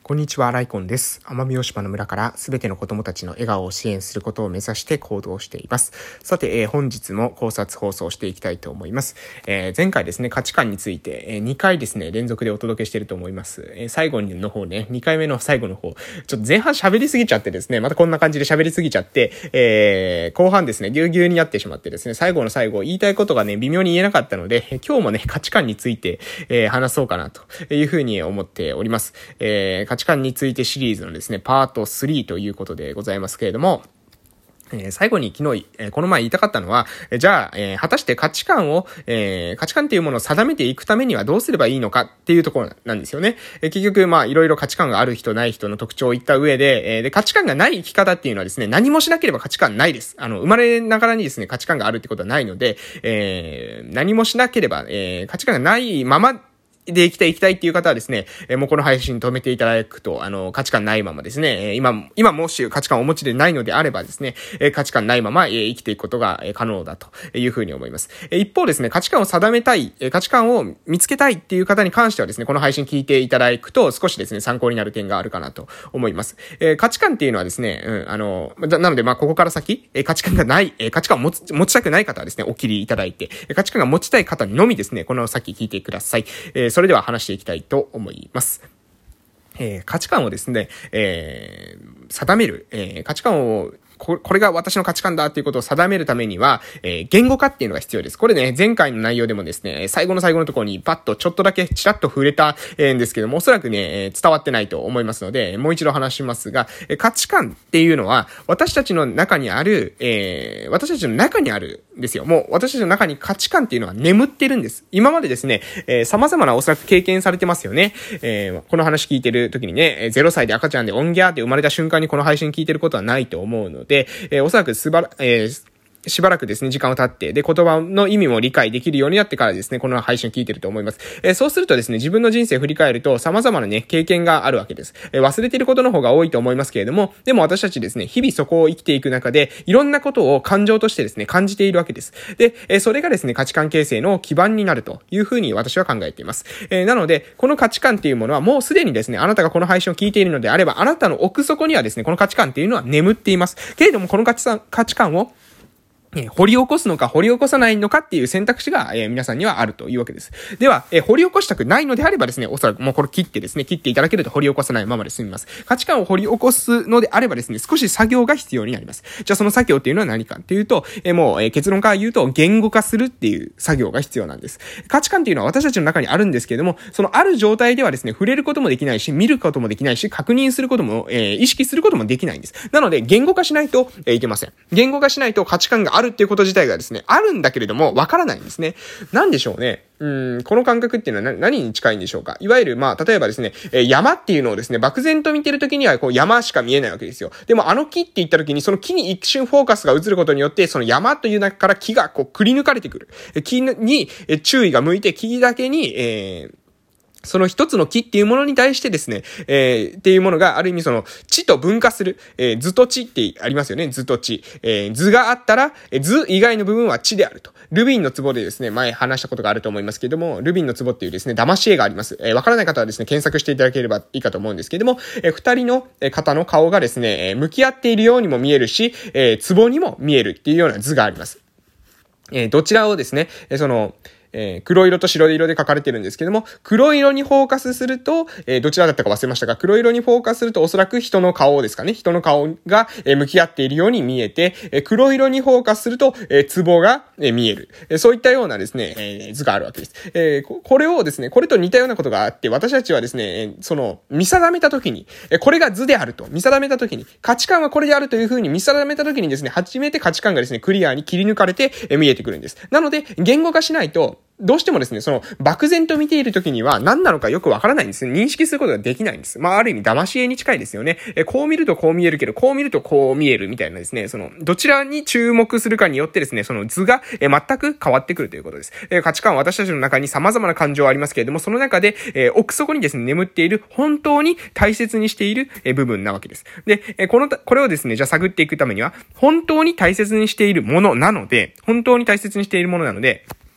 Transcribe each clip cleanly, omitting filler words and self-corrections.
こんにちは、ライコンです。奄美大島の村からすべての子供たちの笑顔を支援することを目指して行動しています。さて、本日も考察放送していきたいと思います。前回ですね、価値観について、2回ですね、連続でお届けしていると思います。最後の方ね、2回目の最後の方、ちょっと前半喋りすぎちゃってですね、またこんな感じで喋りすぎちゃってて、後半ですね、ぎゅうぎゅうになってしまってですね、最後の最後、言いたいことがね、微妙に言えなかったので、今日もね、価値観について、話そうかなというふうに思っております。価値観についてシリーズのですね、パート3ということでございますけれども、最後に昨日、この前言いたかったのは、じゃあ、果たして価値観っていうものを定めていくためにはどうすればいいのかっていうところなんですよね。結局、いろいろ価値観がある人ない人の特徴を言った上で、価値観がない生き方っていうのはですね、何もしなければ価値観ないです。生まれながらにですね、価値観があるってことはないので、何もしなければ、価値観がないまま、で生きていきたいっていう方はですね、もうこの配信止めていただくと、価値観ないままですね、今もし価値観をお持ちでないのであればですね、価値観ないまま、生きていくことが可能だというふうに思います。一方ですね、価値観を定めたい、価値観を見つけたいっていう方に関してはですね、この配信聞いていただくと少しですね、参考になる点があるかなと思います。価値観っていうのはですね、なのでここから先、価値観がない、価値観を持ちたくない方はですね、お切りいただいて、価値観が持ちたい方のみですね、この先聞いてください。それでは話していきたいと思います。価値観をですね、定める、価値観をこれが私の価値観だっていうことを定めるためには、言語化っていうのが必要です。これね、前回の内容でもですね、最後のところにパッとちょっとだけチラッと触れたんですけども、おそらくね、伝わってないと思いますので、もう一度話しますが、価値観っていうのは、私たちの中にあるんですよ。もう私たちの中に価値観っていうのは眠ってるんです。今までですね、様々なおそらく経験されてますよね。この話聞いてる時にね、0歳で赤ちゃんでオンギャーって生まれた瞬間にこの配信聞いてることはないと思うので、おそらくしばらくですね、時間を経って、で、言葉の意味も理解できるようになってからですね、この配信を聞いてると思います。そうするとですね、自分の人生を振り返ると、様々なね、経験があるわけです。忘れていることの方が多いと思いますけれども、でも私たちですね、日々そこを生きていく中で、いろんなことを感情としてですね、感じているわけです。で、それがですね、価値観形成の基盤になるというふうに私は考えています。なので、この価値観っていうものはもうすでにですね、あなたがこの配信を聞いているのであれば、あなたの奥底にはですね、この価値観っていうのは眠っています。けれども、この価値観を掘り起こすのか掘り起こさないのかっていう選択肢が、皆さんにはあるというわけです。では、掘り起こしたくないのであればですね、おそらくもうこれ切っていただけると掘り起こさないままで済みます。価値観を掘り起こすのであればですね、少し作業が必要になります。じゃあその作業っていうのは何かっていうと、結論から言うと言語化するっていう作業が必要なんです。価値観っていうのは私たちの中にあるんですけれども、そのある状態ではですね、触れることもできないし、見ることもできないし、確認することも、意識することもできないんです。なので、言語化しないと、いけません。言語化しないと価値観があるっていうこと自体がですね、あるんだけれども、わからないんですね。なんでしょうね。この感覚っていうのは何に近いんでしょうか。いわゆる、例えばですね、山っていうのをですね、漠然と見てるときには、山しか見えないわけですよ。でも、木って言ったときに、その木に一瞬フォーカスが移ることによって、その山という中から木がくり抜かれてくる。木に注意が向いて、木だけに、その一つの木っていうものに対してですね、っていうものがある意味その地と分化する、図と地ってありますよね、図と地。図があったら、図以外の部分は地であると。ルビンの壺でですね、前話したことがあると思いますけれども、ルビンの壺っていうですね、騙し絵があります。わからない方はですね、検索していただければいいかと思うんですけれども、二人の方の顔がですね、向き合っているようにも見えるし、壺にも見えるっていうような図があります。どちらをですね、黒色と白色で書かれてるんですけども、黒色にフォーカスすると、どちらだったか忘れましたが、黒色にフォーカスするとおそらく人の顔ですかね。人の顔が向き合っているように見えて、黒色にフォーカスすると、壺が見える。そういったようなですね、図があるわけです。これをですね、これと似たようなことがあって、私たちはですね、見定めたときに、これが図であると見定めたときに、価値観はこれであるというふうに見定めたときにですね、初めて価値観がですね、クリアに切り抜かれて見えてくるんです。なので、言語化しないと、どうしてもですね、漠然と見ているときには何なのかよくわからないんですね。認識することができないんです。ある意味騙し絵に近いですよね。こう見るとこう見えるけど、こう見るとこう見えるみたいなですね、どちらに注目するかによってですね、その図が全く変わってくるということです。価値観は私たちの中に様々な感情はありますけれども、その中で、奥底にですね、眠っている、本当に大切にしている部分なわけです。で、これをですね、じゃあ探っていくためには、本当に大切にしているものなので、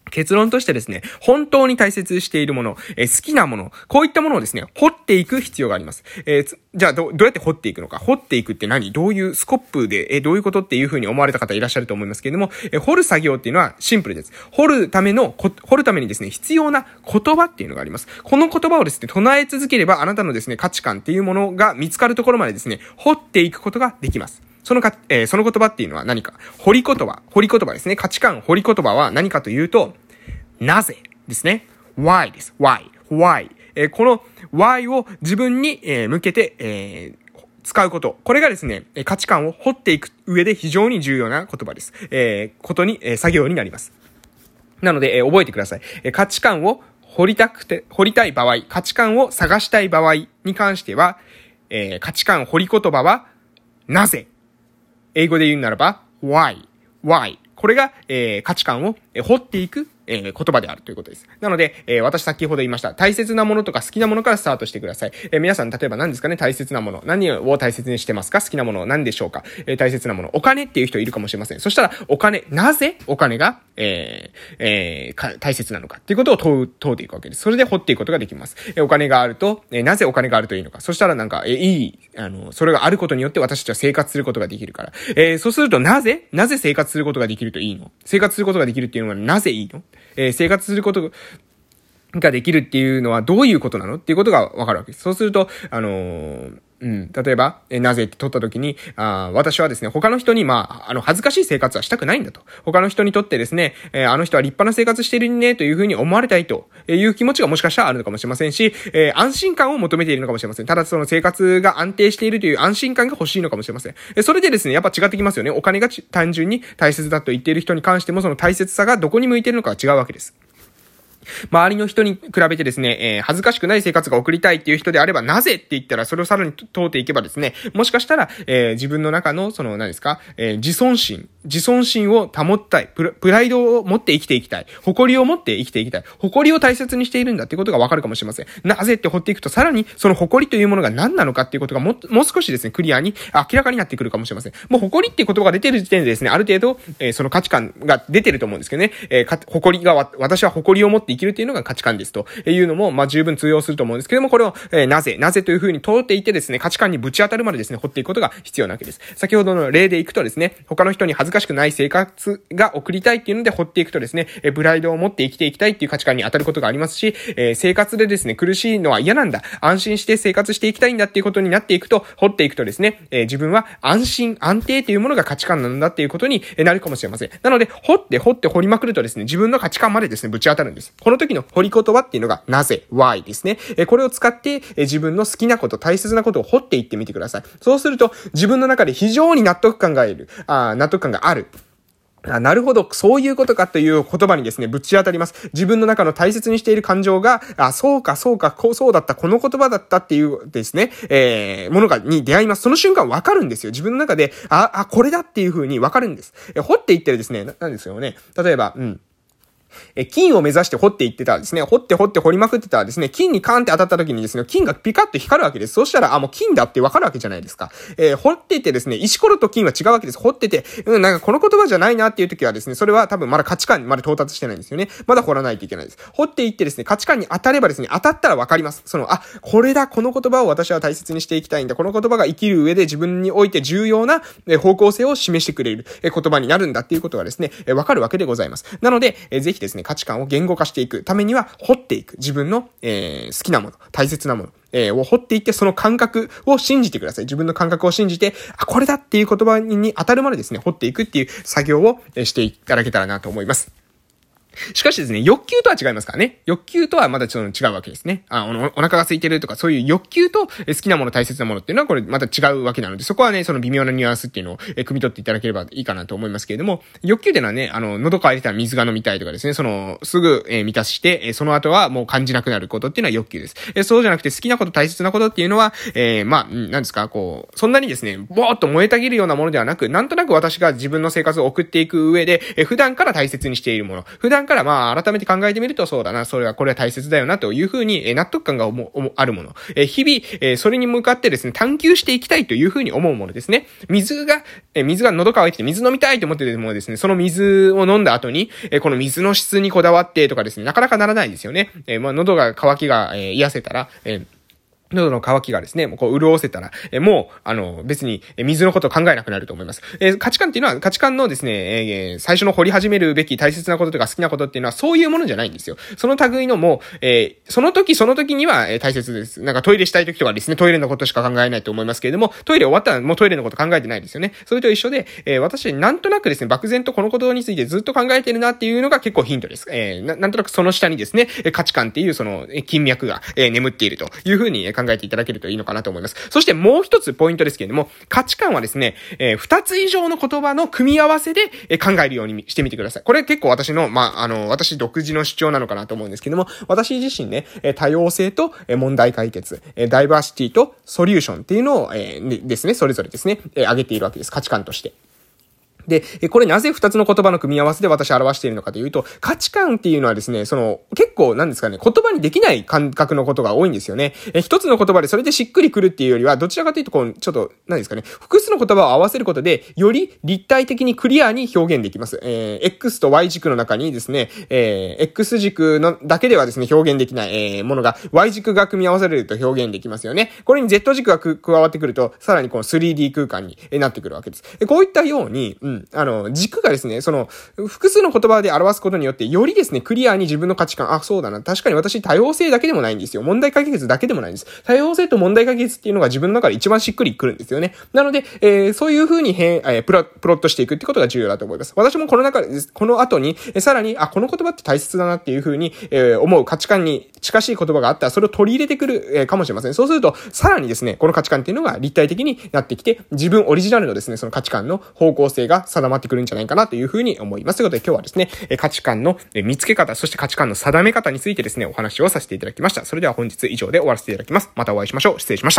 結論としてですね、本当に大切にしているもの、好きなもの、こういったものをですね、掘っていく必要があります。じゃあどうやって掘っていくのか。掘っていくって何？どういうスコップで、どういうことっていう風に思われた方いらっしゃると思いますけれども、掘る作業っていうのはシンプルです。掘るためにですね、必要な言葉っていうのがあります。この言葉をですね、唱え続ければ、あなたのですね、価値観っていうものが見つかるところまでですね、掘っていくことができます。その言葉っていうのは何か。掘り言葉ですね。価値観掘り言葉は何かというと、なぜですね。why です。why。この why を自分に向けて、使うこと。これがですね、価値観を掘っていく上で非常に重要な言葉です。作業になります。なので、覚えてください。価値観を掘りたい場合、価値観を探したい場合に関しては、価値観掘り言葉は、なぜ。英語で言うならば、why。これが、価値観を掘っていく言葉であるということです。なので、私先ほど言いました。大切なものとか好きなものからスタートしてください。皆さん、例えば何ですかね、大切なもの。何を大切にしてますか？好きなもの何でしょうか？大切なもの。お金っていう人いるかもしれません。そしたら、なぜお金が、大切なのかっていうことを問うていくわけです。それで掘っていくことができます。お金があると、なぜお金があるといいのか。そしたらそれがあることによって私たちは生活することができるから。そうするとなぜ生活することができるといいの？生活することができるっていうのはなぜいいの？生活することができるっていうのはどういうことなのっていうことがわかるわけです。そうすると、例えば、なぜって取ったときに、私はですね、他の人に、恥ずかしい生活はしたくないんだと。他の人にとってですね、あの人は立派な生活してるね、というふうに思われたいという気持ちがもしかしたらあるのかもしれませんし、安心感を求めているのかもしれません。ただその生活が安定しているという安心感が欲しいのかもしれません。それでですね、やっぱ違ってきますよね。お金が単純に大切だと言っている人に関しても、その大切さがどこに向いているのかは違うわけです。周りの人に比べてですね、恥ずかしくない生活が送りたいっていう人であれば、なぜって言ったら、それをさらに問うていけばですね、もしかしたら、自分の中の、何ですか、自尊心を保ったい、プライドを持って生きていきたい、誇りを持って生きていきたい、誇りを大切にしているんだっていうことがわかるかもしれません。なぜって掘っていくと、さらに、その誇りというものが何なのかっていうことがもう少しですね、クリアに、明らかになってくるかもしれません。もう誇りっていう言葉が出てる時点でですね、ある程度、その価値観が出てると思うんですけどね、私は誇りを持って生きるっていうのが価値観ですというのも、十分通用すると思うんですけども、これを、なぜというふうに問うていてですね、価値観にぶち当たるまでですね、掘っていくことが必要なわけです。先ほどの例でいくとですね、他の人に恥ずかしくない生活が送りたいっていうので掘っていくとですね、プライドを持って生きていきたいっていう価値観に当たることがありますし、生活でですね、苦しいのは嫌なんだ、安心して生活していきたいんだっていうことになっていくと、掘っていくとですね、自分は安定というものが価値観なんだっていうことになるかもしれません。なので、掘りまくるとですね、自分の価値観までですね、ぶち当たるんです。この時の掘り言葉っていうのが、なぜ why ですね。これを使って、自分の好きなこと、大切なことを掘っていってみてください。そうすると、自分の中で非常に納得感がある。なるほど、そういうことかという言葉にですね、ぶち当たります。自分の中の大切にしている感情が、そうだった、この言葉だったっていうですね、ものに出会います。その瞬間わかるんですよ。自分の中で、これだっていう風にわかるんです。掘っていってるですね、なんですよね。例えば、金を目指して掘っていってたらですね、掘りまくってたらですね、金にカーンって当たった時にですね、金がピカッと光るわけです。そうしたら、もう金だってわかるわけじゃないですか。掘っていてですね、石ころと金は違うわけです。掘ってて、なんかこの言葉じゃないなっていう時はですね、それは多分まだ価値観にまで到達してないんですよね。まだ掘らないといけないです。掘っていってですね、価値観に当たればですね、当たったらわかります。これだ、この言葉を私は大切にしていきたいんだ。この言葉が生きる上で自分において重要な方向性を示してくれる言葉になるんだっていうことがですね、わかるわけでございます。なので、ぜひですね、価値観を言語化していくためには、掘っていく。自分の、好きなもの、大切なもの、を掘っていって、その感覚を信じてください。自分の感覚を信じて、これだっていう言葉に当たるまでですね、掘っていくっていう作業をしていただけたらなと思います。しかしですね、欲求とは違いますからね。欲求とはまたちょっと違うわけですね。お腹が空いてるとか、そういう欲求と好きなもの、大切なものっていうのはこれまた違うわけなので、そこはね、その微妙なニュアンスっていうのを汲み取っていただければいいかなと思いますけれども、欲求っていうのはね、喉乾いてたら水が飲みたいとかですね、すぐ満たして、その後はもう感じなくなることっていうのは欲求です。そうじゃなくて好きなこと、大切なことっていうのは、何ですか、そんなにですね、ぼーっと燃えたぎるようなものではなく、なんとなく私が自分の生活を送っていく上で、普段から大切にしているもの、普段から改めて考えてみると、そうだな、これは大切だよなというふうに納得感があるもの。日々、それに向かってですね、探求していきたいというふうに思うものですね。水が喉乾いてて水飲みたいと思っててもですね、その水を飲んだ後に、この水の質にこだわってとかですね、なかなかならないですよね。喉が渇きが、癒せたら、喉の渇きがですね、こう潤せたら、もう、別に水のことを考えなくなると思います。価値観っていうのは、価値観のですね、最初の掘り始めるべき大切なこととか好きなことっていうのは、そういうものじゃないんですよ。その類のもう、その時には大切です。なんかトイレしたい時とかですね、トイレのことしか考えないと思いますけれども、トイレ終わったらもうトイレのこと考えてないですよね。それと一緒で、私、なんとなくですね、漠然とこのことについてずっと考えてるなっていうのが結構ヒントです。なんとなくその下にですね、価値観っていうその、金脈が、眠っているというふうに考えていただけるといいのかなと思います。そしてもう一つポイントですけれども、価値観はですね、二つ以上の言葉の組み合わせで考えるようにしてみてください。これ結構私の、私独自の主張なのかなと思うんですけども、私自身ね、多様性と問題解決、ダイバーシティとソリューションっていうのを、ですね、それぞれですね、挙げているわけです。価値観として。で、これなぜ二つの言葉の組み合わせで私表しているのかというと、価値観っていうのはですね、結構なんですかね、言葉にできない感覚のことが多いんですよね。一つの言葉でそれでしっくりくるっていうよりは、どちらかというとちょっと、何ですかね、複数の言葉を合わせることで、より立体的にクリアに表現できます。X と Y 軸の中にですね、X 軸のだけではですね、表現できない、ものが Y 軸が組み合わされると表現できますよね。これに Z 軸が加わってくると、さらにこの 3D 空間になってくるわけです。こういったように、軸がですね、複数の言葉で表すことによって、よりですね、クリアに自分の価値観、そうだな、確かに私多様性だけでもないんですよ。問題解決だけでもないんです。多様性と問題解決っていうのが自分の中で一番しっくりくるんですよね。なので、そういう風にプロットしていくってことが重要だと思います。私もこの後に、さらに、この言葉って大切だなっていう風に、思う価値観に近しい言葉があったら、それを取り入れてくる、かもしれません。そうすると、さらにですね、この価値観っていうのが立体的になってきて、自分オリジナルのですね、その価値観の方向性が定まってくるんじゃないかなというふうに思います。ということで今日はですね、価値観の見つけ方、そして価値観の定め方についてですね、お話をさせていただきました。それでは本日以上で終わらせていただきます。またお会いしましょう。失礼しました。